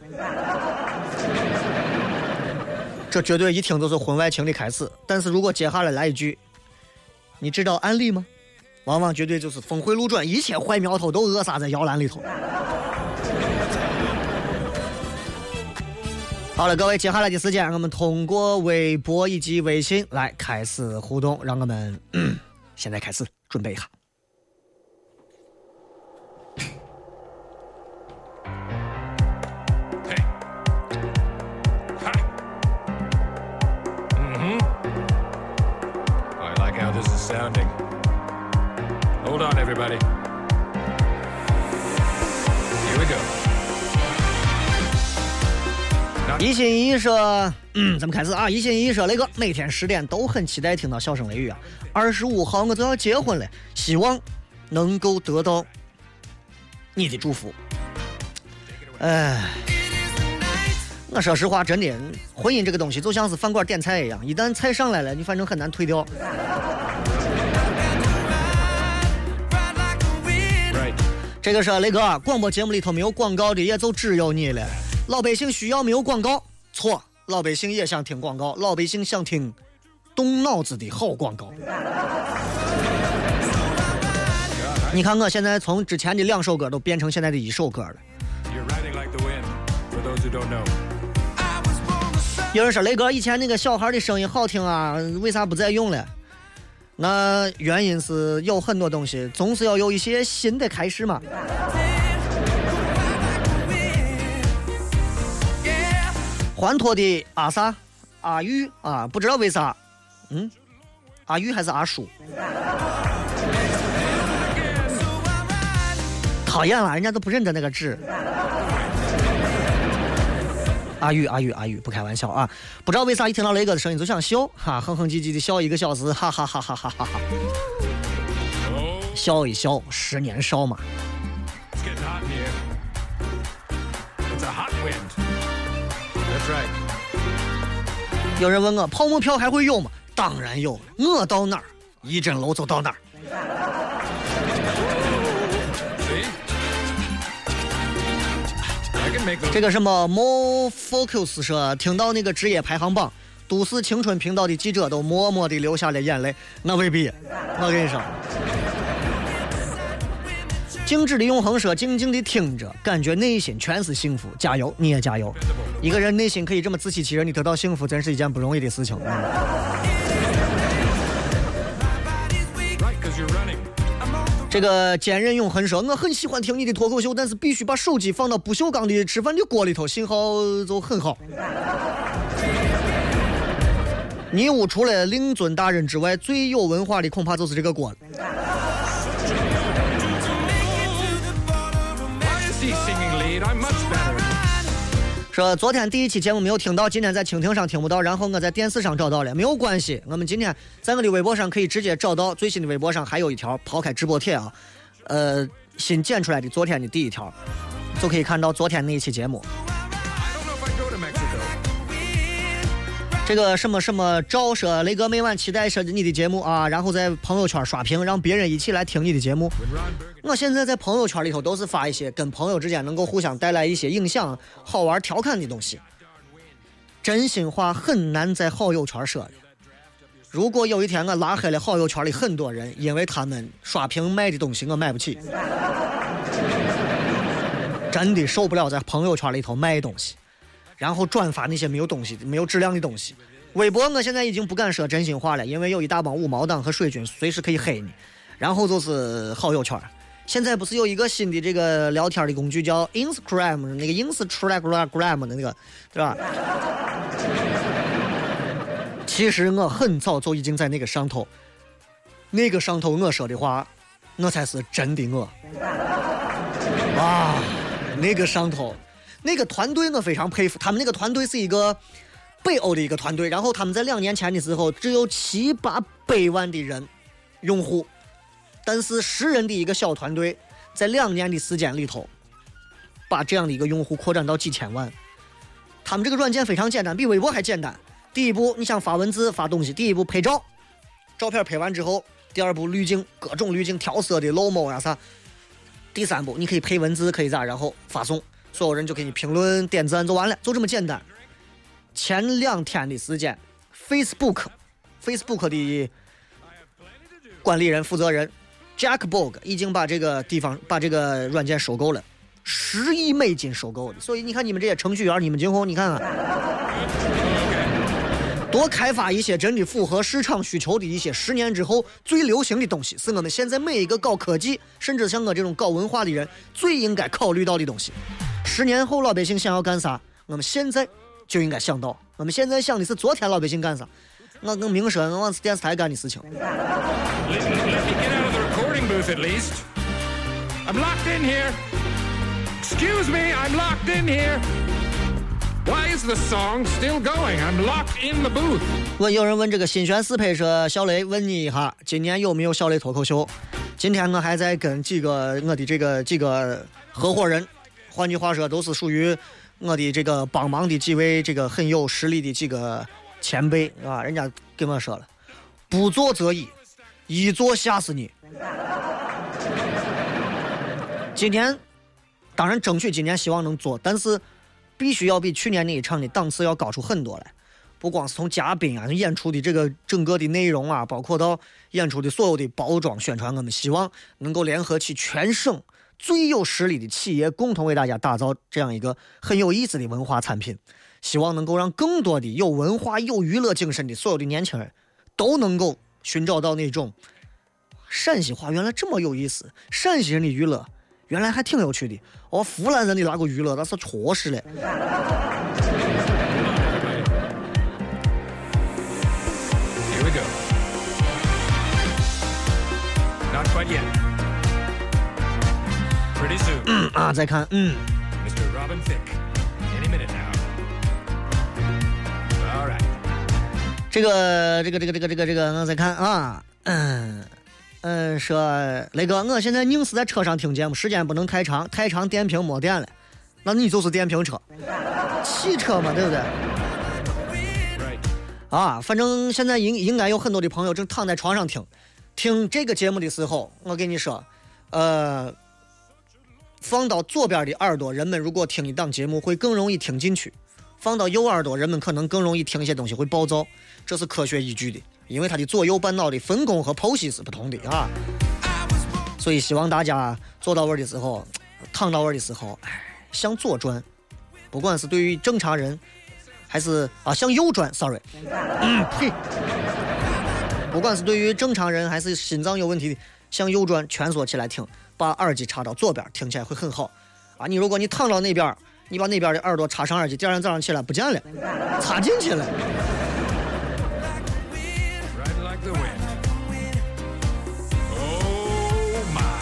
这绝对一听都是婚外情的开始。但是如果接下来来一句你知道安利吗，往往绝对就是峰回路转，一切坏苗头都扼杀在摇篮里头。 好了，各位，接下来的时间，我们通过微博以及微信来开始互动，让我们、嗯、现在开始准备一下。 I like how this is sounding. Hold on, everybody. Here we go. 一心一意说，嗯，咱们开始啊！一心一意说，雷哥每天十点都很期待听到笑声雷雨啊。二十五号我就要结婚了，希望能够得到你的祝福。哎，我说实话，真的，婚姻这个东西就像是饭馆点菜一样，一旦菜上来了，你反正很难退掉。这个是雷哥，广播节目里头没有广告的，也就只有你了。老百姓需要没有广告？错，老百姓也想听广告，老百姓想听动脑子的好广告。你看我现在从之前的两首歌都变成现在的一首歌了。有人说雷哥以前那个小孩的声音好听啊，为啥不再用了？那原因是有很多东西总是要有一些新的开始嘛。环托的阿啥阿玉啊，不知道为啥，嗯，阿玉还是阿叔？讨厌了，人家都不认得那个字。阿玉阿玉阿玉，不开玩笑啊！不知道为啥一听到雷哥的声音就想笑，哈，哼哼唧唧的笑一个小时，哈哈哈哈哈哈哈！笑一笑，十年少嘛。有人问我泡沫票还会有吗？当然有，我到哪儿一针楼就到哪儿。这个什么 More Focus 说，听到那个职业排行榜，都市青春频道的记者都默默地流下了眼泪。那未必，我跟你说，静止的永恒说，静静地听着，感觉内心全是幸福。加油，你也加油。一个人内心可以这么自欺欺人，你得到幸福，真是一件不容易的事情。这个坚韧永恒说，我很喜欢听你的脱口秀，但是必须把手机放到不锈钢的吃饭的锅里头，信号就很好。你屋除了令尊大人之外，最有文化的恐怕就是这个锅了。说昨天第一期节目没有听到，今天在蜻蜓上听不到，然后我在电视上找到了，没有关系，我们今天在我的微博上可以直接找到，最新的微博上还有一条抛开直播帖啊，呃，新剪出来的昨天的第一条，就可以看到昨天那一期节目。这个什么什么赵说，雷哥每晚期待着你的节目啊，然后在朋友圈刷屏，让别人一起来听你的节目。我现在在朋友圈里头都是发一些跟朋友之间能够互相带来一些影响、好玩、调侃的东西。真心话很难在好友圈说的。如果有一天我拉黑了好友圈里很多人，因为他们刷屏卖的东西我买不起，真的受不了在朋友圈里头卖东西。然后转发那些没有东西、没有质量的东西。微博我现在已经不敢说真心话了，因为有一大帮五毛党和水军随时可以黑你。然后就是好友圈，现在不是有一个新的这个聊天的工具叫 Instagram， 那个 Instagram 的那个，对吧？其实我很早就已经在那个上头，那个上头我说的话，那才是真的我。哇，那个上头。那个团队我非常佩服，他们那个团队是一个北欧的一个团队，然后他们在两年前的时候只有七八百万的人用户，但是十人的一个小团队在两年的时间里头把这样的一个用户扩展到几千万。他们这个软件非常简单，比微博还简单。第一步你想发文字发东西，第一步拍照，照片拍完之后，第二步滤镜，各种滤镜调色的 logo 呀啥，第三步你可以配文字可以咋，然后发送，所有人就给你评论点赞就完了，就这么简单。前两天的时间 Facebook Facebook 的管理人负责人 Jack Bog 已经把这个地方把这个软件收购了， 十亿美金收购的。所以你看你们这些程序员，你们今后你看看，多开发一些真的符合市场需求的一些十年之后最流行的东西，是我们现在每一个搞科技甚至像我这种搞文化的人最应该考虑到的东西。十年后老百姓想要干啥，我们现在就应该想到。我们现在想的是昨天老百姓干啥，我跟明神往电视台干的事情。 Let, let me get out of the recording booth at least. I'm locked in here. Excuse me, I'm locked in here. Why is the song still going? I'm locked in the booth. 问有人问这个新选四配说，小雷问你一下，今年有没有小雷脱口秀？今天我还在跟几个我的这个几个合伙人，换句话说，都是属于我的这个帮忙的几位这个很有实力的几个前辈啊，人家跟我说了，不做则已，一做吓死你。今年当然争取今年希望能做，但是必须要比去年那一场的档次要高出很多来。不光是从嘉宾啊、演出的这个整个的内容啊，包括到演出的所有的包装宣传，我们希望能够联合起全省最有实力的企业，共同为大家打造这样一个很有意思的文化产品。希望能够让更多的有文化、有娱乐精神的所有的年轻人都能够寻找到那种陕西话原来这么有意思，陕西人的娱乐原来还挺有趣的。哦，湖南人的那个娱乐那是错失了。 Here we go. Not quite yet. Pretty soon. 嗯啊，再看，嗯 Mister Robin Thicke. Any minute now. All right. 这个这个这个这个这个这个，我再看啊，嗯。嗯，说雷哥，我现在硬是在车上听节目，时间不能太长，太长电瓶没电了，那你就是电瓶车，汽车嘛，对不对？啊，反正现在应应该有很多的朋友正躺在床上听，听这个节目的时候，我跟你说，呃，放到左边的耳朵，人们如果听一档节目会更容易听进去；放到右耳朵，人们可能更容易听一些东西会暴躁，这是科学依据的。因为它的左右半脑的分工和剖析是不同的啊，所以希望大家坐到位的时候，躺到位的时候，哎，向左转，不管是对于正常人，还是啊向右转 ，sorry， 嗯呸，不管是对于正常人还是心脏有问题的，向右转蜷缩起来听，把耳机插到左边，听起来会很好啊。你如果你躺到那边，你把那边的耳朵插上耳机，第二天早上起来不见了，插进去了。 The wind. Oh my.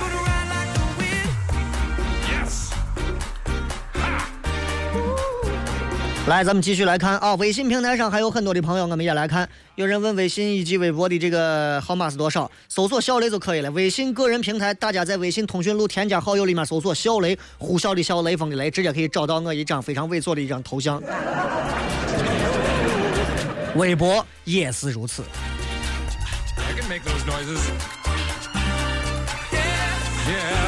Yes. Ha. 来，咱们继续来看啊，微信平台上还有很多的朋友，我们也来看。有人问微信以及微博的这个号码是多少，搜索小雷就可以了。微信个人平台，大家在微信通讯录添加好友里面搜索小雷，呼啸的小，雷锋的雷，直接可以找到我一张非常猥琐的一张头像。微博也是如此。 I can make those noises. Yeah.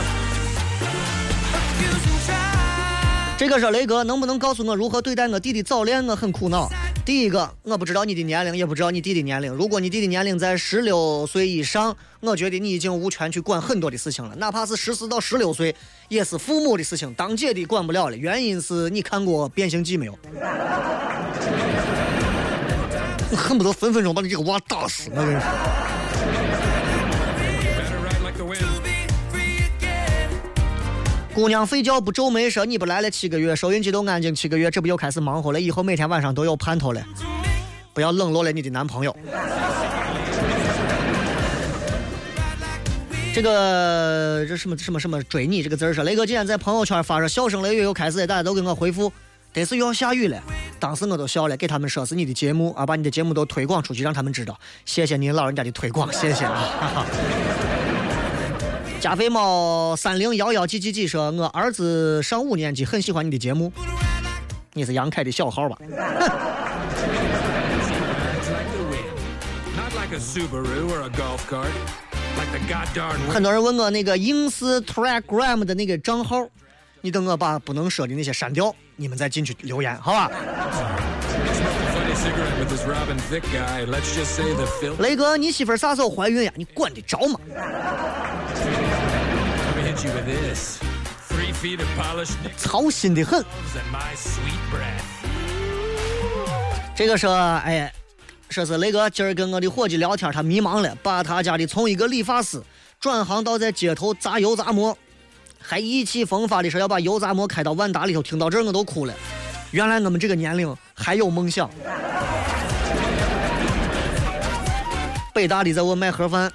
这个是雷哥，能不能告诉我如何对待我弟弟早恋？我很苦恼。第一个，我不知道你的年龄，也不知道你弟弟年龄。如果你弟弟年龄在十六岁以上，我觉得你已经无权去管很多的事情了，哪怕是十四到十六岁，也是父母的事情，当姐的管不了了。原因是你看过《变形记》没有？我恨不得分分钟把你这个娃打死。我跟你说。姑娘睡觉不皱眉说你不来了七个月，收音机都安静七个月，这不又开始忙活了？以后每天晚上都有盼头了，不要冷落了你的男朋友。这个这什么什么什么追你这个字是雷哥今天在朋友圈发说笑声雷雨又开始了，大家都给我回复，得是又要下雨了。当时我都笑了，给他们说是你的节目啊，把你的节目都推广出去，让他们知道。谢谢您老人家的推广，谢谢啊。哈哈加菲猫三零幺幺几几几说，我儿子上五年级，很喜欢你的节目。你是杨凯的小号吧？很多人问我那个 Instagram 的那个账号，你等我把不能说的那些删掉，你们再进去留言，好吧？雷哥，你媳妇啥时候怀孕呀？你管得着吗？ 操心的很。这个说，哎，说是雷哥今儿跟我的伙计聊天，他迷茫了，把他家的从一个理发师转行到在街头砸油砸馍，还意气风发的说要把油砸馍开到万达里头，听到这儿我都哭了。原来我们这个年龄还有梦想。北大的在我卖盒饭，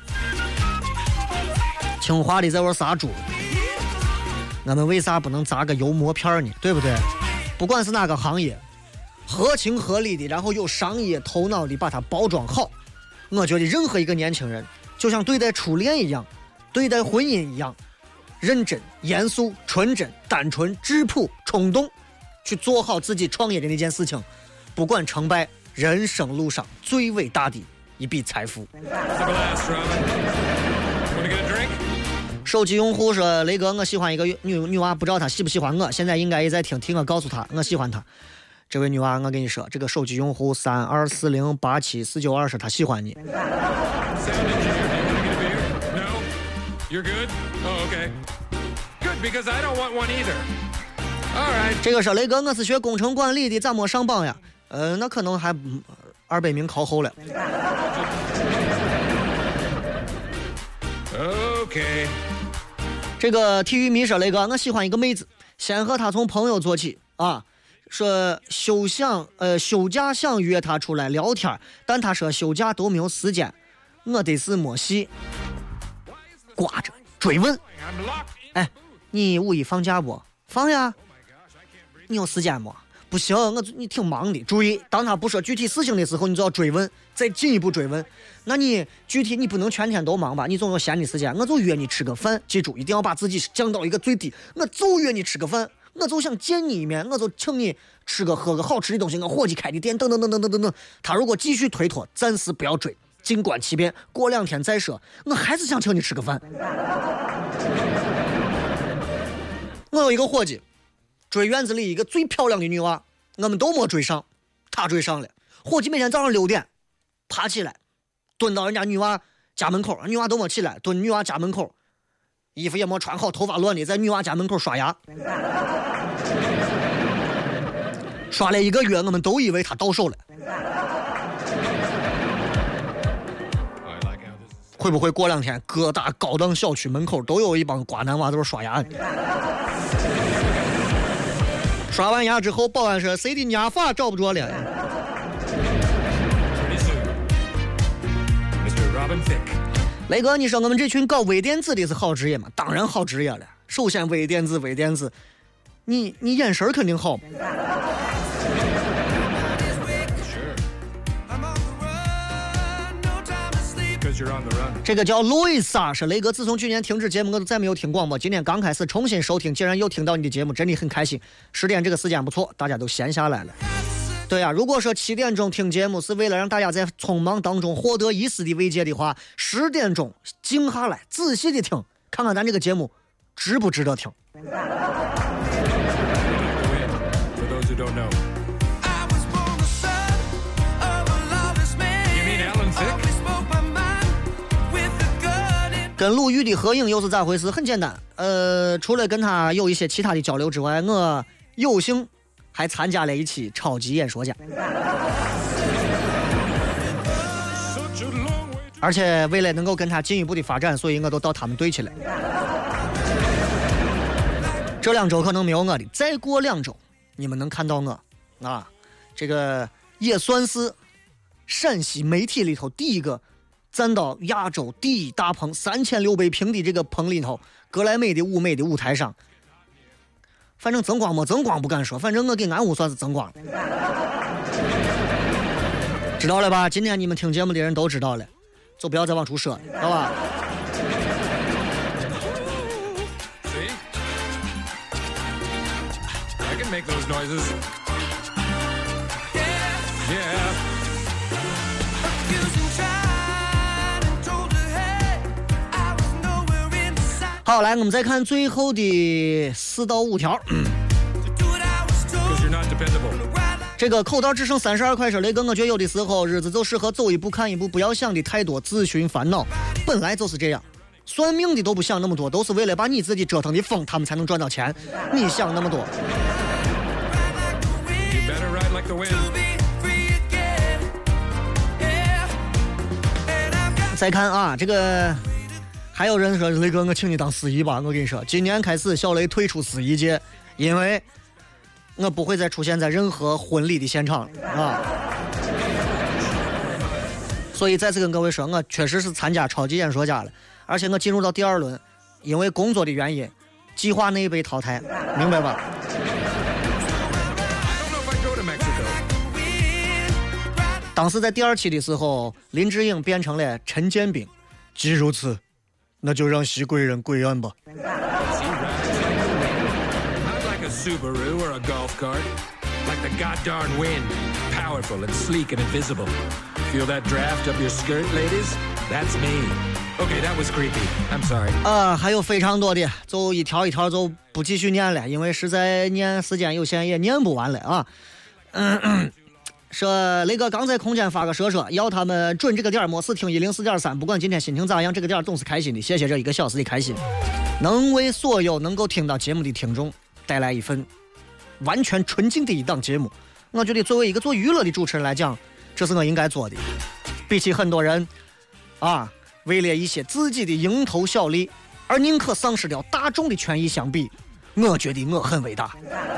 清华的在我杀猪，我们为啥不能砸个油馍片呢？对不对？不管是哪个行业，合情合理的，然后有商业头脑的把它包装好。我觉得任何一个年轻人就像对待初恋一样，对待婚姻一样，认真、严肃、纯真、单纯、质朴、冲动，去做好自己创业的那件事情，不管成败，人生路上最伟大的一笔财富。手机用户说：“雷哥，我喜欢一个女女娃，不知道她喜不喜欢我，现在应该也在听，替我告诉她我喜欢她。”这位女娃，我跟你说，这个手机用户三二四零八七四九二说她喜欢你。这个说雷哥，我是学工程管理的，咋没上榜呀？呃，那可能还二百名靠后了。 OK。 这个体育迷说雷哥，我喜欢一个妹子，先和她从朋友做起啊。说休想呃休假想约她出来聊天，但她说休假都没有时间，我得是没戏。挂着追问，哎，你五一放假不？放呀。你有时间不？不行，我你挺忙的。注意，当他不说具体事情的时候，你就要追问，再进一步追问。那你具体你不能全天都忙吧？你总有闲的时间，我就约你吃个饭。记住，一定要把自己降到一个最低。我就约你吃个饭，我就想见你一面，我就请你吃个喝个好吃的东西。我伙计开的店，等等等等等等等。他如果继续推脱，暂时不要追，静观其变，过两天再说。我还是想请你吃个饭。我有一个伙计。追院子里一个最漂亮的女娃，我们都没追上，她追上了。伙计每天早上六点爬起来，蹲到人家女娃家门口，女娃都没起来，蹲女娃家门口，衣服也没穿好，头发乱的，在女娃家门口刷牙。刷了一个月，我们都以为她到手了。会不会过两天各大高档小区门口都有一帮瓜男娃都是刷牙的？刷完牙之后，保安说谁的牙发找不着了。雷哥，你说我们这群搞微电子的是好职业吗？当然好职业了。首先微电子，微电子，你你眼神肯定好。这个叫路易莎，是雷哥自从去年停止节目我都再没有听广播，今天刚开始重新收听，竟然又听到你的节目，真的很开心。十点这个时间不错，大家都闲下来了。对啊，如果说七点钟听节目是为了让大家在匆忙当中获得一丝的慰藉的话，十点钟静下来仔细的听，看看咱这个节目值不值得听。跟鲁豫的合影又是咋回事？很简单，呃，除了跟他有一些其他的交流之外，我有幸还参加了一期超级演说家，而且为了能够跟他进一步的发展，所以我都到他们队去了。这两周可能没有我的，再过两周你们能看到我啊，这个也算是陕西媒体里头第一个站到亚洲第一大棚三千六百平的这个棚里头，格莱美的舞美的舞台上，反正增光没增光不敢说，反正我给俺屋算是增光，知道了吧？今天你们听节目的人都知道了，就不要再往出说了，好吧？好，来，我们再看最后的四到五条。这个口袋只剩三十二块钱，雷哥，我觉得有的时候日子就适合走一步看一步，不要想的太多，自寻烦恼，本来就是这样。 算命的都不想那么多，都是为了把你自己折腾的疯，他们才能赚到钱。你想那么多。再看啊，这个还有人说雷哥，我请你当司仪吧。我跟你说，今年开始小雷退出司仪界，因为我不会再出现在任何婚礼的现场啊。所以再次跟各位说，我确实是参加超级演说家了，而且我进入到第二轮，因为工作的原因，计划内被淘汰，明白吧？当时在第二期的时候，林志颖变成了陈建斌，既如此，那就让熹贵人归案吧。 Subaru or a golf cart, like the goddamn wind, powerful and sleek and invisible. Feel that draft up your skirt, ladies? That's me. Okay, that was creepy. I'm sorry. 啊，还有非常多的，就一条一条就不继续念了，因为实在念时间有限，也念不完了啊。嗯嗯，说雷哥刚在空间发个说说，要他们准这个点没事听一零四点三，不管今天心情咋样，这个点总是开心的。谢谢这一个小时的开心，能为所有能够听到节目的听众带来一份完全纯净的一档节目，我觉得作为一个做娱乐的主持人来讲，这是我应该做的。比起很多人啊，为了一些自己的蝇头小利而宁可丧失掉大众的权益相比，我觉得我很伟大。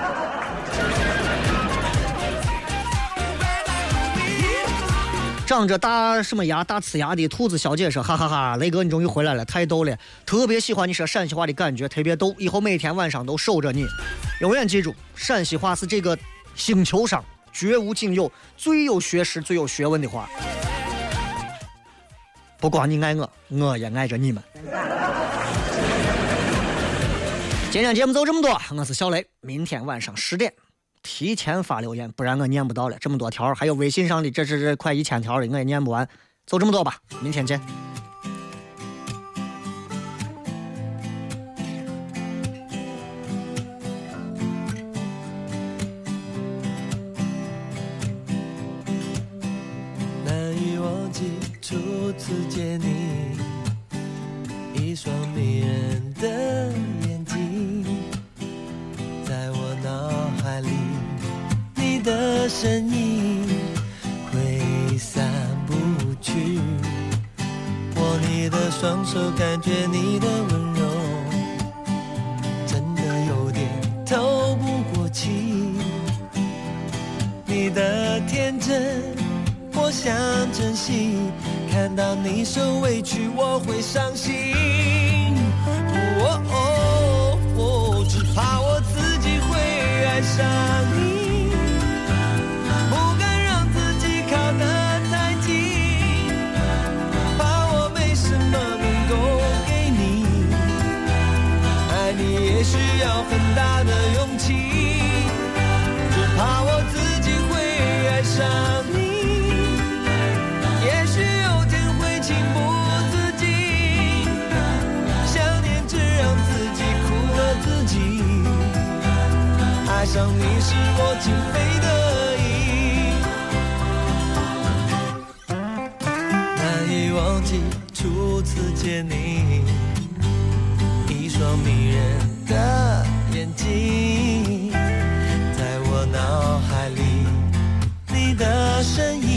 长着大什么牙大呲牙的兔子小姐说，哈哈哈，雷哥你终于回来了，太逗了，特别喜欢你说陕西话的感觉，特别逗，以后每天晚上都守着你。永远记住，陕西话是这个星球上绝无仅有最有学识最有学问的话。不光你爱我，我也爱着你们。今天节目就这么多，我是小雷，明天晚上十点提前发留言，不然我念不到了。这么多条，还有微信上的，这是这快一千条了，我也念不完。就这么多吧，明天见。 难以忘记初次见你，一双迷人的眼睛，在我脑海里。你的身影挥散不去，握你的双手，感觉你的温柔，真的有点透不过气。你的天真我想珍惜，看到你受委屈我会伤心。哦哦哦，只怕我自己会爱上你，也需要很大的勇气，只怕我自己会爱上你，也许有天会情不自禁，想念只让自己苦了自己，爱上你是我情非得已，难以忘记初次见你，一双迷人的眼睛，在我脑海里，你的身影